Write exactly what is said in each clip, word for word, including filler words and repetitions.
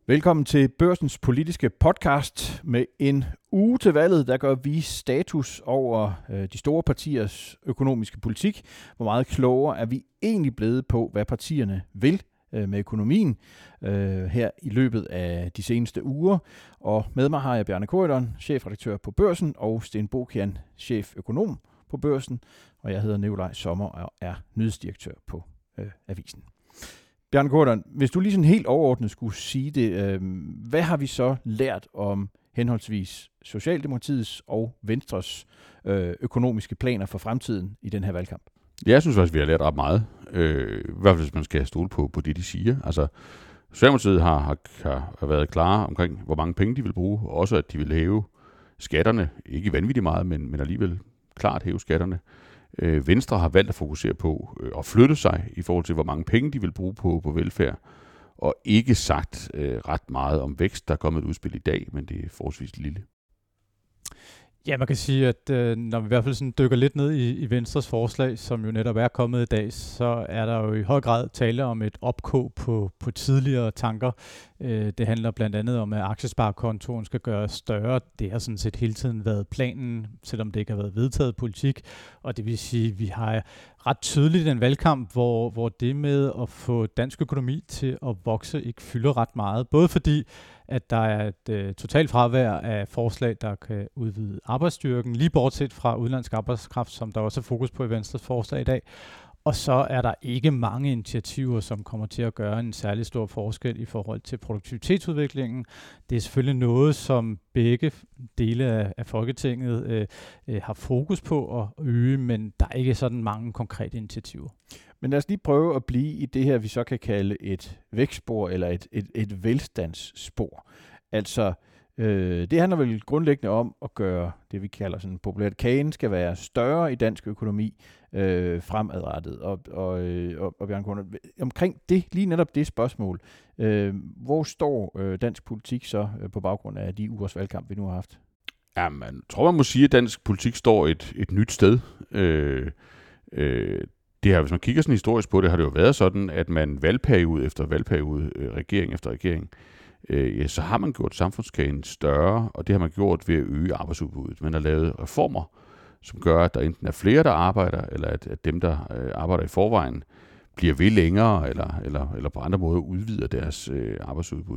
Velkommen til Børsens politiske podcast. Med en uge til valget, der gør vi status over øh, de store partiers økonomiske politik. Hvor meget klogere er vi egentlig blevet på, hvad partierne vil øh, med økonomien øh, her i løbet af de seneste uger. Og med mig har jeg Bjarne Corydon, chefredaktør på Børsen, og Sten Bokian, cheføkonom på Børsen. Og jeg hedder Nikolaj Sommer og er nyhedsdirektør på øh, avisen. Bjarne Corydon, hvis du lige sådan helt overordnet skulle sige det, øh, hvad har vi så lært om henholdsvis Socialdemokratiets og Venstres øh, økonomiske planer for fremtiden i den her valgkamp? Jeg synes faktisk, vi har lært ret meget. Øh, I hvert fald, hvis man skal stole på, på det, de siger. Altså, Socialdemokratiet har, har, har været klare omkring, hvor mange penge de vil bruge. Også at de vil hæve skatterne. Ikke vanvittigt meget, men, men alligevel klart hæve skatterne. Øh, Venstre har valgt at fokusere på øh, at flytte sig i forhold til, hvor mange penge de vil bruge på, på velfærd. Og ikke sagt øh, ret meget om vækst. Der er kommet et udspil i dag, men det er forholdsvis lille. Ja, man kan sige, at øh, når vi i hvert fald sådan dykker lidt ned i, i Venstres forslag, som jo netop er kommet i dag, så er der jo i høj grad tale om et opkog på, på tidligere tanker. Øh, det handler blandt andet om, at aktiesparekontoen skal gøres større. Det har sådan set hele tiden været planen, selvom det ikke har været vedtaget politik. Og det vil sige, at vi har ret tydeligt en valgkamp, hvor, hvor det med at få dansk økonomi til at vokse ikke fylder ret meget. Både fordi at der er et øh, totalt fravær af forslag, der kan udvide arbejdsstyrken, lige bortset fra udenlandsk arbejdskraft, som der også er fokus på i Venstres forslag i dag. Og så er der ikke mange initiativer, som kommer til at gøre en særlig stor forskel i forhold til produktivitetsudviklingen. Det er selvfølgelig noget, som begge dele af, af Folketinget øh, øh, har fokus på at øge, men der er ikke sådan mange konkrete initiativer. Men lad os lige prøve at blive i det her, vi så kan kalde et vækstspor eller et, et, et velstandsspor. Altså, øh, det handler vel grundlæggende om at gøre det, vi kalder sådan populært, kagen skal være større i dansk økonomi øh, fremadrettet. Og, og, og, og Bjarne Corydon, omkring det, lige netop det spørgsmål, øh, hvor står øh, dansk politik så øh, på baggrund af de ugers valgkamp, vi nu har haft? Ja, man tror, man må sige, at dansk politik står et, et nyt sted. Øh, øh, Det her, hvis man kigger sådan historisk på det, har det jo været sådan, at man valgperiode efter valgperiode, øh, regering efter regering, øh, ja, så har man gjort samfundskagen større, og det har man gjort ved at øge arbejdsudbuddet. Man har lavet reformer, som gør, at der enten er flere, der arbejder, eller at, at dem, der øh, arbejder i forvejen, bliver ved længere, eller, eller, eller på andre måder udvider deres øh, arbejdsudbud.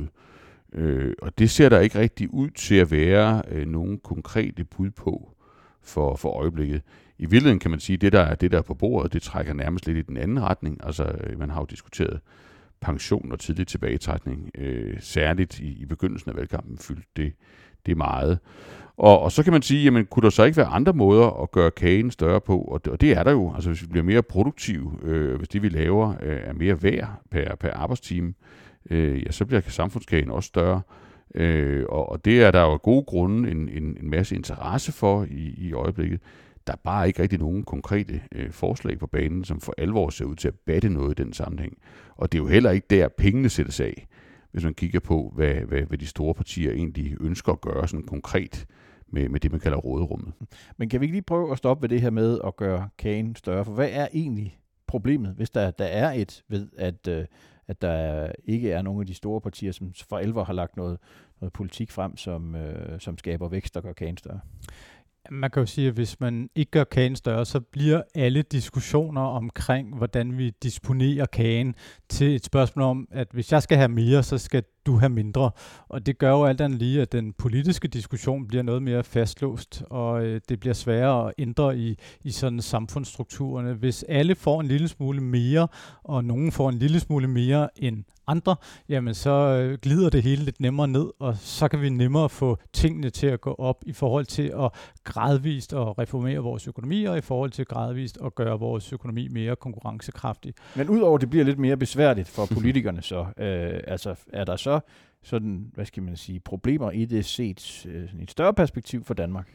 Øh, og det ser der ikke rigtig ud til at være øh, nogen konkrete bud på for, for øjeblikket. I virkeligheden kan man sige, at det, der er det der er på bordet, det trækker nærmest lidt i den anden retning. Altså, man har jo diskuteret pension og tidlig tilbagetrækning, øh, særligt i, i begyndelsen af valgkampen fyldte det, det meget. Og, og så kan man sige, jamen, kunne der så ikke være andre måder at gøre kagen større på? Og det, og det er der jo. Altså, hvis vi bliver mere produktive, øh, hvis det vi laver øh, er mere værd per, per arbejdstime, øh, ja, så bliver samfundskagen også større. Øh, og, og det er der jo af gode grunde en, en, en masse interesse for i, i øjeblikket. Der er bare ikke rigtig nogen konkrete øh, forslag på banen, som for alvor ser ud til at batte noget i den sammenhæng. Og det er jo heller ikke der, pengene sættes af, hvis man kigger på, hvad, hvad, hvad de store partier egentlig ønsker at gøre sådan konkret med, med det, man kalder råderummet. Men kan vi ikke lige prøve at stoppe ved det her med at gøre kagen større? For hvad er egentlig problemet, hvis der, der er et ved, at, øh, at der ikke er nogen af de store partier, som for alvor har lagt noget, noget politik frem, som, øh, som skaber vækst og gør kagen større? Man kan jo sige, at hvis man ikke gør kagen større, så bliver alle diskussioner omkring, hvordan vi disponerer kagen, til et spørgsmål om, at hvis jeg skal have mere, så skal du have mindre. Og det gør jo alt andet lige, at den politiske diskussion bliver noget mere fastlåst, og øh, det bliver sværere at ændre i, i sådan samfundsstrukturerne. Hvis alle får en lille smule mere, og nogen får en lille smule mere end andre, jamen så øh, glider det hele lidt nemmere ned, og så kan vi nemmere få tingene til at gå op i forhold til at gradvist at reformere vores økonomi, og i forhold til gradvist at gøre vores økonomi mere konkurrencekraftig. Men udover det bliver lidt mere besværligt for politikerne, så øh, altså er der så sådan, hvad skal man sige, problemer i det set øh, i et større perspektiv for Danmark?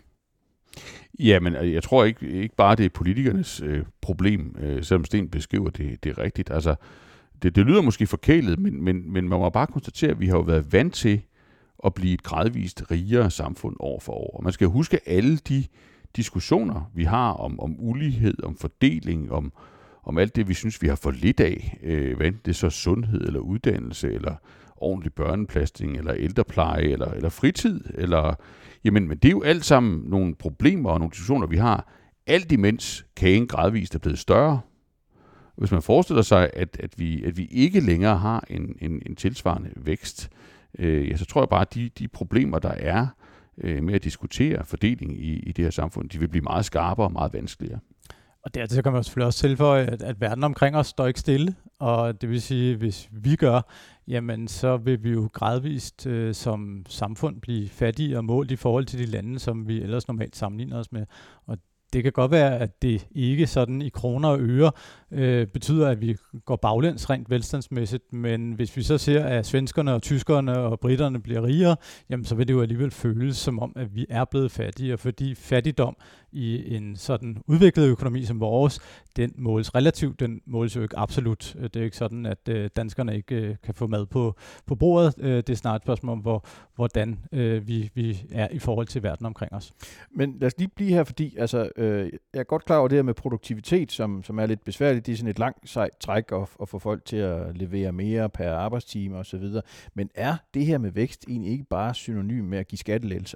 Ja, men jeg tror ikke, ikke bare, det er politikernes øh, problem, øh, selvom Sten beskriver det, det er rigtigt. Altså, det, det lyder måske forkælet, men, men, men man må bare konstatere, at vi har jo været vant til at blive et gradvist rigere samfund år for år. Og man skal huske alle de diskussioner, vi har om, om ulighed, om fordeling, om, om alt det, vi synes, vi har for lidt af, øh, hvad det er så sundhed eller uddannelse eller ordentlig børnepasning, eller ældrepleje, eller, eller fritid, eller, jamen, men det er jo alt sammen nogle problemer og nogle diskussioner, vi har, alt imens kagen gradvist er blevet større. Hvis man forestiller sig, at, at, vi, at vi ikke længere har en, en, en tilsvarende vækst, øh, ja, så tror jeg bare, at de, de problemer, der er øh, med at diskutere fordeling i, i det her samfund, de vil blive meget skarpere og meget vanskeligere. Og dertil kan man selvfølgelig også tilføje, at, at verden omkring os står ikke stille, og det vil sige, at hvis vi gør, jamen så vil vi jo gradvist øh, som samfund blive fattige og målt i forhold til de lande, som vi ellers normalt sammenligner os med. Og det kan godt være, at det ikke sådan i kroner og øre øh, betyder, at vi går baglæns rent velstandsmæssigt, men hvis vi så ser, at svenskerne og tyskerne og britterne bliver rigere, jamen så vil det jo alligevel føles som om, at vi er blevet fattigere, fordi fattigdom i en sådan udviklet økonomi som vores, den måles relativt, den måles jo ikke absolut. Det er jo ikke sådan, at øh, danskerne ikke øh, kan få mad på, på bordet. Øh, det er snart et spørgsmål om, hvor, hvordan øh, vi, vi er i forhold til verden omkring os. Men lad os lige blive her, fordi altså, øh, jeg er godt klar over det her med produktivitet, som, som er lidt besværligt. Det er sådan et langt sejt træk at, at få folk til at levere mere per arbejdstime osv. Men er det her med vækst egentlig ikke bare synonym med at give skattelettelser?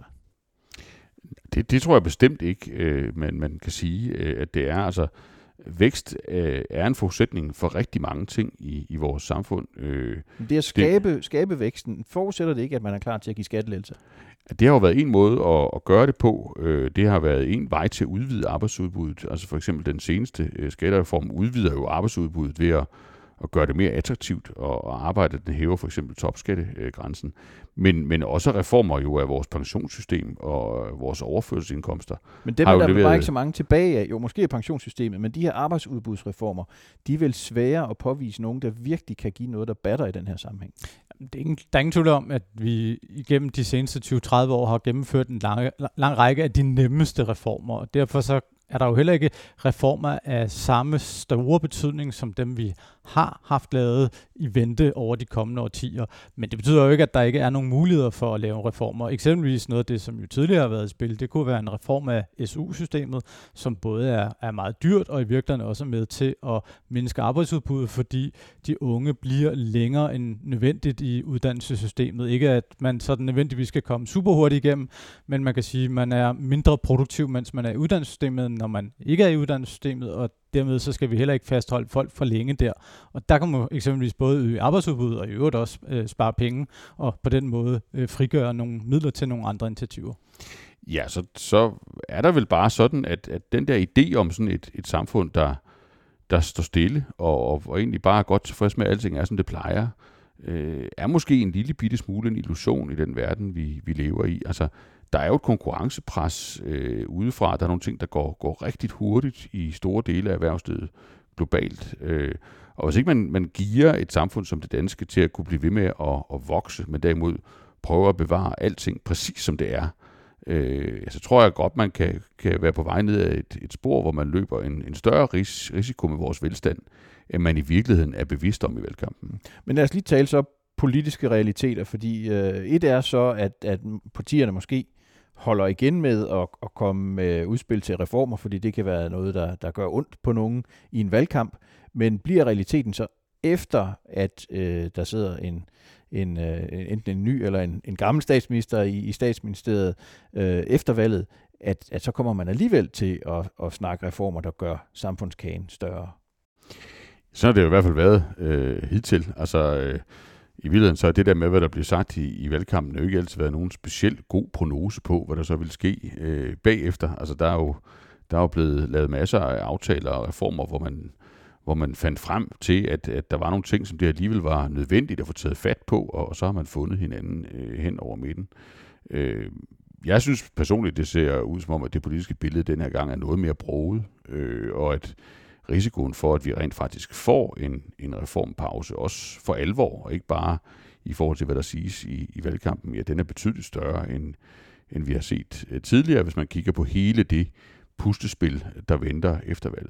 Det, det tror jeg bestemt ikke, øh, man, man kan sige, øh, at det er. Altså, vækst øh, er en forudsætning for rigtig mange ting i, i vores samfund. Øh, det at skabe, det, skabe væksten, forudsætter det ikke, at man er klar til at give skattelettelser? Det har jo været en måde at, at gøre det på. Øh, det har været en vej til at udvide arbejdsudbuddet. Altså for eksempel den seneste øh, skattereform udvider jo arbejdsudbuddet ved at og gøre det mere attraktivt at arbejde. Den hæver for eksempel topskattegrænsen. Men, men også reformer jo af vores pensionssystem og vores overførselsindkomster. Men dem er der leveret... bare ikke så mange tilbage af. Jo, måske er pensionssystemet, men de her arbejdsudbudsreformer, de er vel svære at påvise nogen, der virkelig kan give noget, der batter i den her sammenhæng. Det er ingen, der er ingen tvivl om, at vi igennem de seneste tyve til tredive år har gennemført en lang, lang række af de nemmeste reformer, og derfor så er der jo heller ikke reformer af samme store betydning som dem, vi har haft lavet i vente over de kommende årtier. Men det betyder jo ikke, at der ikke er nogen muligheder for at lave reformer. Eksempelvis noget af det, som jo tidligere har været i spil, det kunne være en reform af S U-systemet, som både er, er meget dyrt og i virkeligheden også er med til at mindske arbejdsudbuddet, fordi de unge bliver længere end nødvendigt i uddannelsessystemet. Ikke at man sådan nødvendigvis skal komme super hurtigt igennem, men man kan sige, at man er mindre produktiv, mens man er i uddannelsessystemet, når man ikke er i uddannelsessystemet, og dermed så skal vi heller ikke fastholde folk for længe der. Og der kan man eksempelvis både øge arbejdsudbuddet og i øvrigt også øh, spare penge, og på den måde øh, frigøre nogle midler til nogle andre initiativer. Ja, så, så er der vel bare sådan, at, at den der idé om sådan et, et samfund, der, der står stille, og, og, og egentlig bare er godt tilfreds med, at alting er, som det plejer, øh, er måske en lille bitte smule en illusion i den verden, vi, vi lever i. Altså, der er jo et konkurrencepres øh, udefra. Der er nogle ting, der går, går rigtig hurtigt i store dele af erhvervslivet globalt. Øh, og hvis ikke man, man giver et samfund som det danske til at kunne blive ved med at, at vokse, men derimod prøver at bevare alting præcis som det er, øh, så tror jeg godt, man kan, kan være på vej ned ad et, et spor, hvor man løber en, en større ris- risiko med vores velstand, end man i virkeligheden er bevidst om i valgkampen. Men lad os lige tale så politiske realiteter, fordi øh, et er så, at, at partierne måske holder igen med at, at komme med udspil til reformer, fordi det kan være noget, der, der gør ondt på nogen i en valgkamp, men bliver realiteten så efter, at øh, der sidder en, en, øh, enten en ny eller en, en gammel statsminister i, i statsministeriet øh, efter valget, at, at så kommer man alligevel til at, at snakke reformer, der gør samfundskagen større? Så har det jo i hvert fald været øh, hidtil. Altså øh, i virkeligheden så er det der med, hvad der bliver sagt i, i valgkampen, jo ikke altid været nogen specielt god prognose på, hvad der så vil ske øh, bagefter. Altså der er jo der er jo blevet lavet masser af aftaler og reformer, hvor man hvor man fandt frem til, at, at der var nogle ting, som det alligevel var nødvendigt at få taget fat på, og så har man fundet hinanden øh, hen over midten. Øh, jeg synes personligt, det ser ud som om, at det politiske billede den her gang er noget mere broget, øh, og at risikoen for, at vi rent faktisk får en, en reformpause, også for alvor, og ikke bare i forhold til, hvad der siges i, i valgkampen, ja, den er betydeligt større, end, end vi har set tidligere, hvis man kigger på hele det puslespil, der venter efter valget.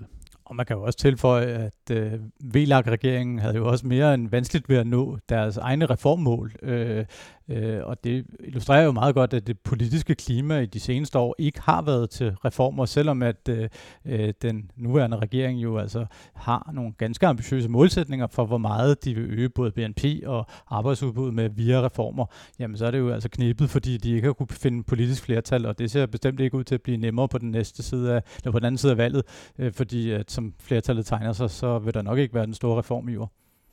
Og man kan jo også tilføje, at øh, V L A K-regeringen havde jo også mere end vanskeligt ved at nå deres egne reformmål. Øh, øh, og det illustrerer jo meget godt, at det politiske klima i de seneste år ikke har været til reformer, selvom at øh, den nuværende regering jo altså har nogle ganske ambitiøse målsætninger for, hvor meget de vil øge både B N P og arbejdsudbud med via reformer. Jamen så er det jo altså knebet, fordi de ikke har kunne finde politisk flertal, og det ser bestemt ikke ud til at blive nemmere på den næste side af, eller på den anden side af valget, øh, fordi at som flertallet tegner sig, så vil der nok ikke være den store reform i år.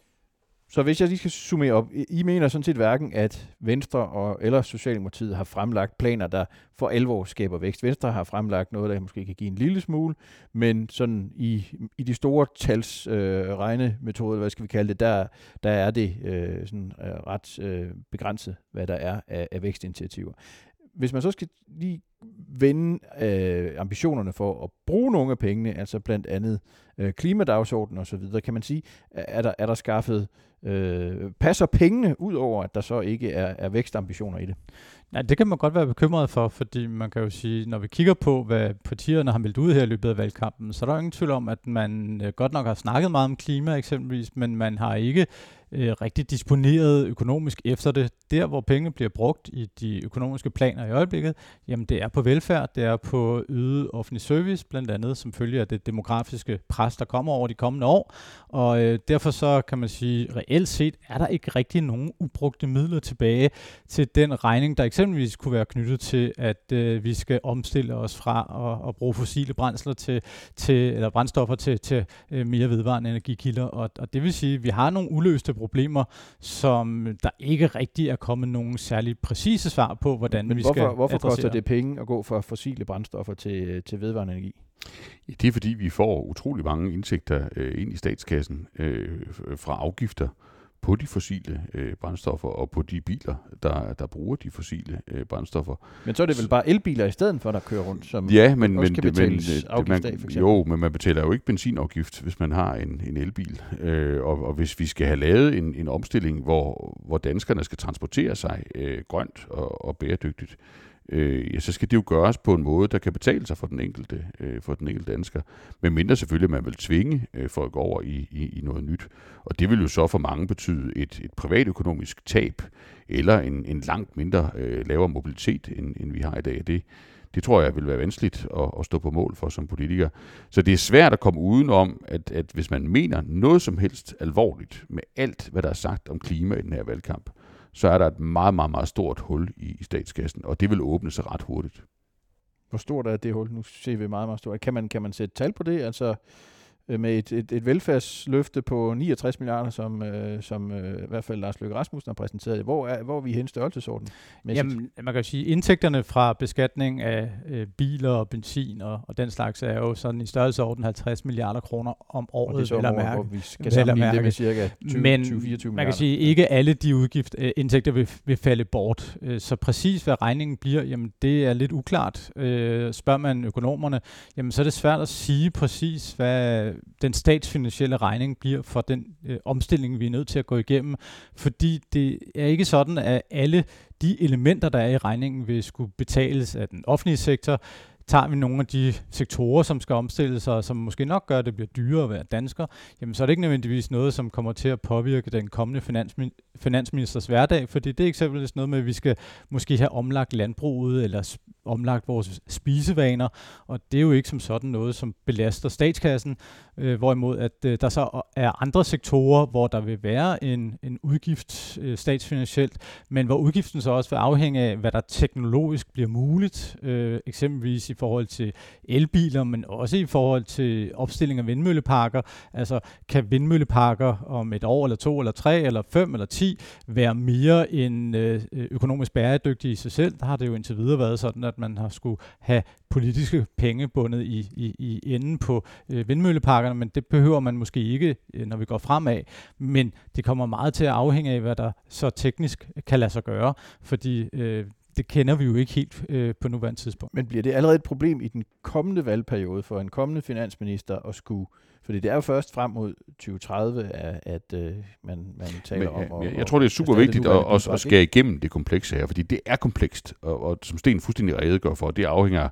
Så hvis jeg lige skal summere op, I mener sådan set hverken, at Venstre og eller Socialdemokratiet har fremlagt planer, der for alvor skaber vækst. Venstre har fremlagt noget, der måske kan give en lille smule, men sådan i, i de store tals øh, regnemetoder, hvad skal vi kalde det, der, der er det øh, sådan, øh, ret øh, begrænset, hvad der er af, af vækstinitiativer. Hvis man så skal lige vende øh, ambitionerne for at bruge nogle af pengene, altså blandt andet øh, klimadagsordenen og så videre, kan man sige, er der, er der skaffet, øh, passer pengene ud over, at der så ikke er, er vækstambitioner i det? Nej, det kan man godt være bekymret for, fordi man kan jo sige, når vi kigger på, hvad partierne har meldt ud her i løbet af valgkampen, så er der ingen tvivl om, at man godt nok har snakket meget om klima eksempelvis, men man har ikke øh, rigtig disponeret økonomisk efter det. Der, hvor pengene bliver brugt i de økonomiske planer i øjeblikket, jamen det er på velfærd, det er på øget offentlig service, blandt andet som følge af det demografiske pres, der kommer over de kommende år. Og øh, derfor så kan man sige, reelt set er der ikke rigtig nogen ubrugte midler tilbage til den regning, der eksempelvis kunne være knyttet til, at øh, vi skal omstille os fra at, at bruge fossile brændsler til, til eller brændstoffer til, til øh, mere vedvarende energikilder. Og, og det vil sige, at vi har nogle uløste problemer, som der ikke rigtig er kommet nogen særligt præcise svar på, hvordan Men vi hvorfor, skal hvorfor adressere. koster det penge at gå fra fossile brændstoffer til, til vedvarende energi? Ja, det er fordi, vi får utrolig mange indtægter øh, ind i statskassen øh, fra afgifter på de fossile øh, brændstoffer og på de biler, der, der bruger de fossile øh, brændstoffer. Men så er det vel bare elbiler i stedet for, der kører rundt, som ja, men, også men, kan det, betales men, afgift af, man, for eksempel? Jo, men man betaler jo ikke benzinafgift, hvis man har en, en elbil. Øh, og, og hvis vi skal have lavet en, en omstilling, hvor, hvor danskerne skal transportere sig øh, grønt og, og bæredygtigt, Øh, ja, så skal det jo gøres på en måde, der kan betale sig for den enkelte, øh, for den enkelte dansker. Men mindre selvfølgelig, at man vil tvinge øh, folk over i, i, i noget nyt. Og det vil jo så for mange betyde et, et privatøkonomisk tab, eller en, en langt mindre øh, lavere mobilitet, end, end vi har i dag. Det, det tror jeg vil være vanskeligt at, at stå på mål for som politiker. Så det er svært at komme udenom, at, at hvis man mener noget som helst alvorligt med alt, hvad der er sagt om klima i den her valgkamp, så er der et meget, meget, meget stort hul i, i statskassen, og det vil åbne sig ret hurtigt. Hvor stort er det hul? Nu ser vi meget, meget stort. Kan man, kan man sætte tal på det? Altså med et, et, et velfærdsløfte på niogtres milliarder, som, øh, som øh, i hvert fald Lars Løkke Rasmussen har præsenteret. Hvor er, hvor er vi hen størrelsesorden? Jamen, man kan jo sige, indtægterne fra beskatning af øh, biler og benzin og, og den slags er jo sådan i størrelsesorden halvtreds milliarder kroner om året. Og det er så om år, mærke, hvor vi skal sammenligne det med cirka tyve til fireogtyve milliarder. Men man kan sige, at ikke alle de udgift, øh, indtægter vil, vil falde bort. Øh, så præcis hvad regningen bliver, jamen det er lidt uklart. Øh, spørger man økonomerne, jamen så er det svært at sige præcis, hvad den statsfinansielle regning bliver for den øh, omstilling, vi er nødt til at gå igennem, fordi det er ikke sådan, at alle de elementer, der er i regningen, vil skulle betales af den offentlige sektor. Tager vi nogle af de sektorer, som skal omstille sig, og som måske nok gør, at det bliver dyrere at være dansker, jamen så er det ikke nødvendigvis noget, som kommer til at påvirke den kommende finansmi- finansministers hverdag, fordi det er eksempelvis noget med, at vi skal måske have omlagt landbruget, eller omlagt vores spisevaner, og det er jo ikke som sådan noget, som belaster statskassen, øh, hvorimod at øh, der så er andre sektorer, hvor der vil være en, en udgift øh, statsfinansielt, men hvor udgiften så også vil afhænge af, hvad der teknologisk bliver muligt, øh, eksempelvis i forhold til elbiler, men også i forhold til opstilling af vindmølleparker. Altså, kan vindmølleparker om et år, eller to, eller tre, eller fem, eller ti være mere end øh, økonomisk bæredygtige i sig selv? Der har det jo indtil videre været sådan, at man har skulle have politiske penge bundet i, i, i enden på øh, vindmølleparkerne, men det behøver man måske ikke, øh, når vi går fremad. Men det kommer meget til at afhænge af, hvad der så teknisk kan lade sig gøre, fordi øh, det kender vi jo ikke helt øh, på nuværende tidspunkt. Men bliver det allerede et problem i den kommende valgperiode for en kommende finansminister at skulle, fordi det er jo først frem mod tyve tredive, at, at øh, man, man taler Men, om... Jeg, at, jeg tror, det er super vigtigt at, at, at skære ikke? igennem det komplekse her, fordi det er komplekst, og, og som Sten fuldstændig redegør for, det afhænger,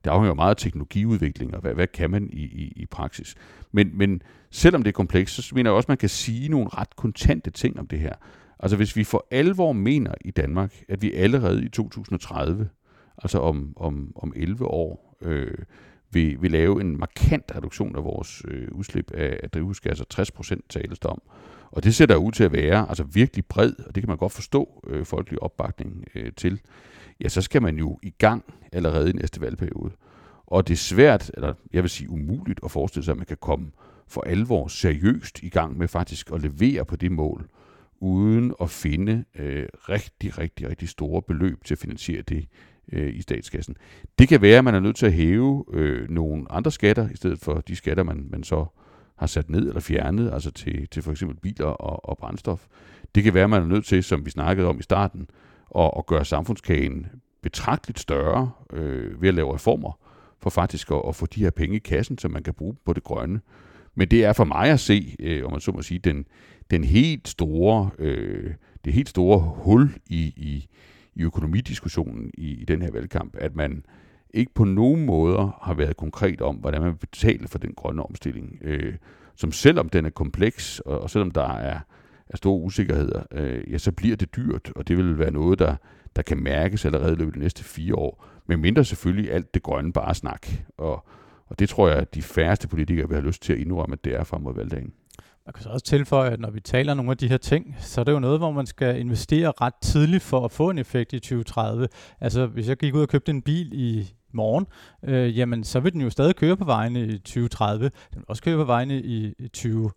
det afhænger meget af teknologiudvikling, og hvad, hvad kan man i, i, i praksis. Men, men selvom det er komplekst, så mener jeg også, at man kan sige nogle ret kontante ting om det her. Altså hvis vi for alvor mener i Danmark, at vi allerede i to tusind og tredive, altså om, om, om elleve år, øh, vil, vil lave en markant reduktion af vores øh, udslip af, af drivhusgasser, tres procent tales der om. Og det ser der ud til at være altså virkelig bred, og det kan man godt forstå øh, folkelig opbakning øh, til. Ja, så skal man jo i gang allerede i næste valgperiode. Og det er svært, eller jeg vil sige umuligt, at forestille sig, at man kan komme for alvor seriøst i gang med faktisk at levere på det mål, uden at finde øh, rigtig, rigtig, rigtig store beløb til at finansiere det øh, i statskassen. Det kan være, at man er nødt til at hæve øh, nogle andre skatter, i stedet for de skatter, man, man så har sat ned eller fjernet, altså til, til for eksempel biler og, og brændstof. Det kan være, at man er nødt til, som vi snakkede om i starten, at, at gøre samfundskagen betragteligt større øh, ved at lave reformer, for faktisk at, at få de her penge i kassen, som man kan bruge på det grønne. Men det er for mig at se, øh, om man så må sige, den, den helt store, øh, det helt store hul i, i, i økonomidiskussionen i, i den her valgkamp, at man ikke på nogen måder har været konkret om, hvordan man betaler for den grønne omstilling, øh, som selvom den er kompleks, og, og selvom der er, er store usikkerheder, øh, ja, så bliver det dyrt, og det vil være noget, der, der kan mærkes allerede i løbet af de næste fire år, men mindre selvfølgelig alt det grønne bare snak, og, og det tror jeg, at de færreste politikere vil have lyst til at indrømme, at det er frem mod valgdagen. Man kan så også tilføje, at når vi taler nogle af de her ting, så er det jo noget, hvor man skal investere ret tidligt for at få en effekt i tyve tredive. Altså, hvis jeg gik ud og købte en bil i morgen, øh, jamen, så vil den jo stadig køre på vejene i tyve tredive. Den vil også køre på vejene i tyve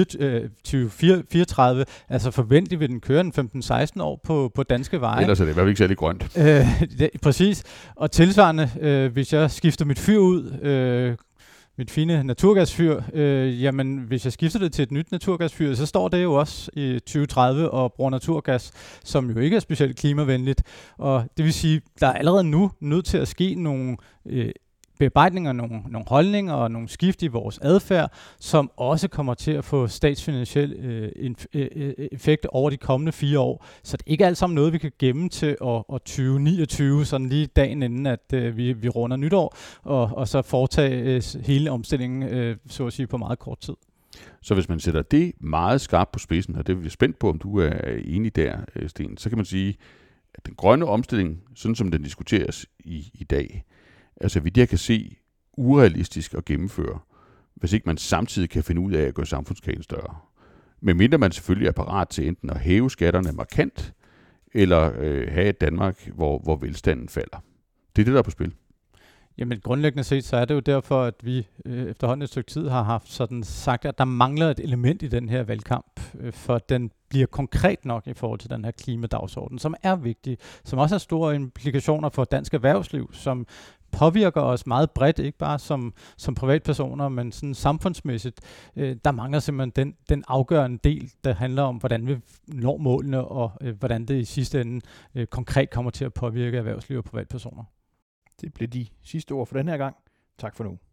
fireogtredive. Altså, forventeligt vil den køre en femten seksten år på, på danske veje. Ellers er det i hvert fald ikke særlig grønt. Øh, det, præcis. Og tilsvarende, øh, hvis jeg skifter mit fyr ud, øh, mit fine naturgasfyr, øh, jamen hvis jeg skifter det til et nyt naturgasfyr, så står det jo også i tyve tredive og bruger naturgas, som jo ikke er specielt klimavenligt. Og det vil sige, der er allerede nu nødt til at ske nogle øh, bearbejdninger, nogle, nogle holdninger og nogle skift i vores adfærd, som også kommer til at få statsfinansiel øh, effekt over de kommende fire år. Så det er ikke alt sammen noget, vi kan gemme til år, år tyve niogtyve, sådan lige dagen inden, at øh, vi, vi runder nytår, og, og så foretage øh, hele omstillingen, øh, så at sige, på meget kort tid. Så hvis man sætter det meget skarpt på spidsen, og det er vi spændt på, om du er enig der, Sten, så kan man sige, at den grønne omstilling, sådan som den diskuteres i, i dag, altså vi der kan se urealistisk at gennemføre, hvis ikke man samtidig kan finde ud af at gøre samfundskagen større. Men mindre man selvfølgelig er parat til enten at hæve skatterne markant, eller øh, have et Danmark, hvor, hvor velstanden falder. Det er det, der er på spil. Jamen grundlæggende set, så er det jo derfor, at vi øh, efterhånden et stykke tid har haft sådan sagt, at der mangler et element i den her valgkamp, øh, for den bliver konkret nok i forhold til den her klimadagsorden, som er vigtig, som også har store implikationer for dansk erhvervsliv, som påvirker os meget bredt, ikke bare som, som privatpersoner, men sådan samfundsmæssigt. Øh, der mangler simpelthen den, den afgørende del, der handler om, hvordan vi når målene, og øh, hvordan det i sidste ende øh, konkret kommer til at påvirke erhvervsliv og privatpersoner. Det blev de sidste ord for den her gang. Tak for nu.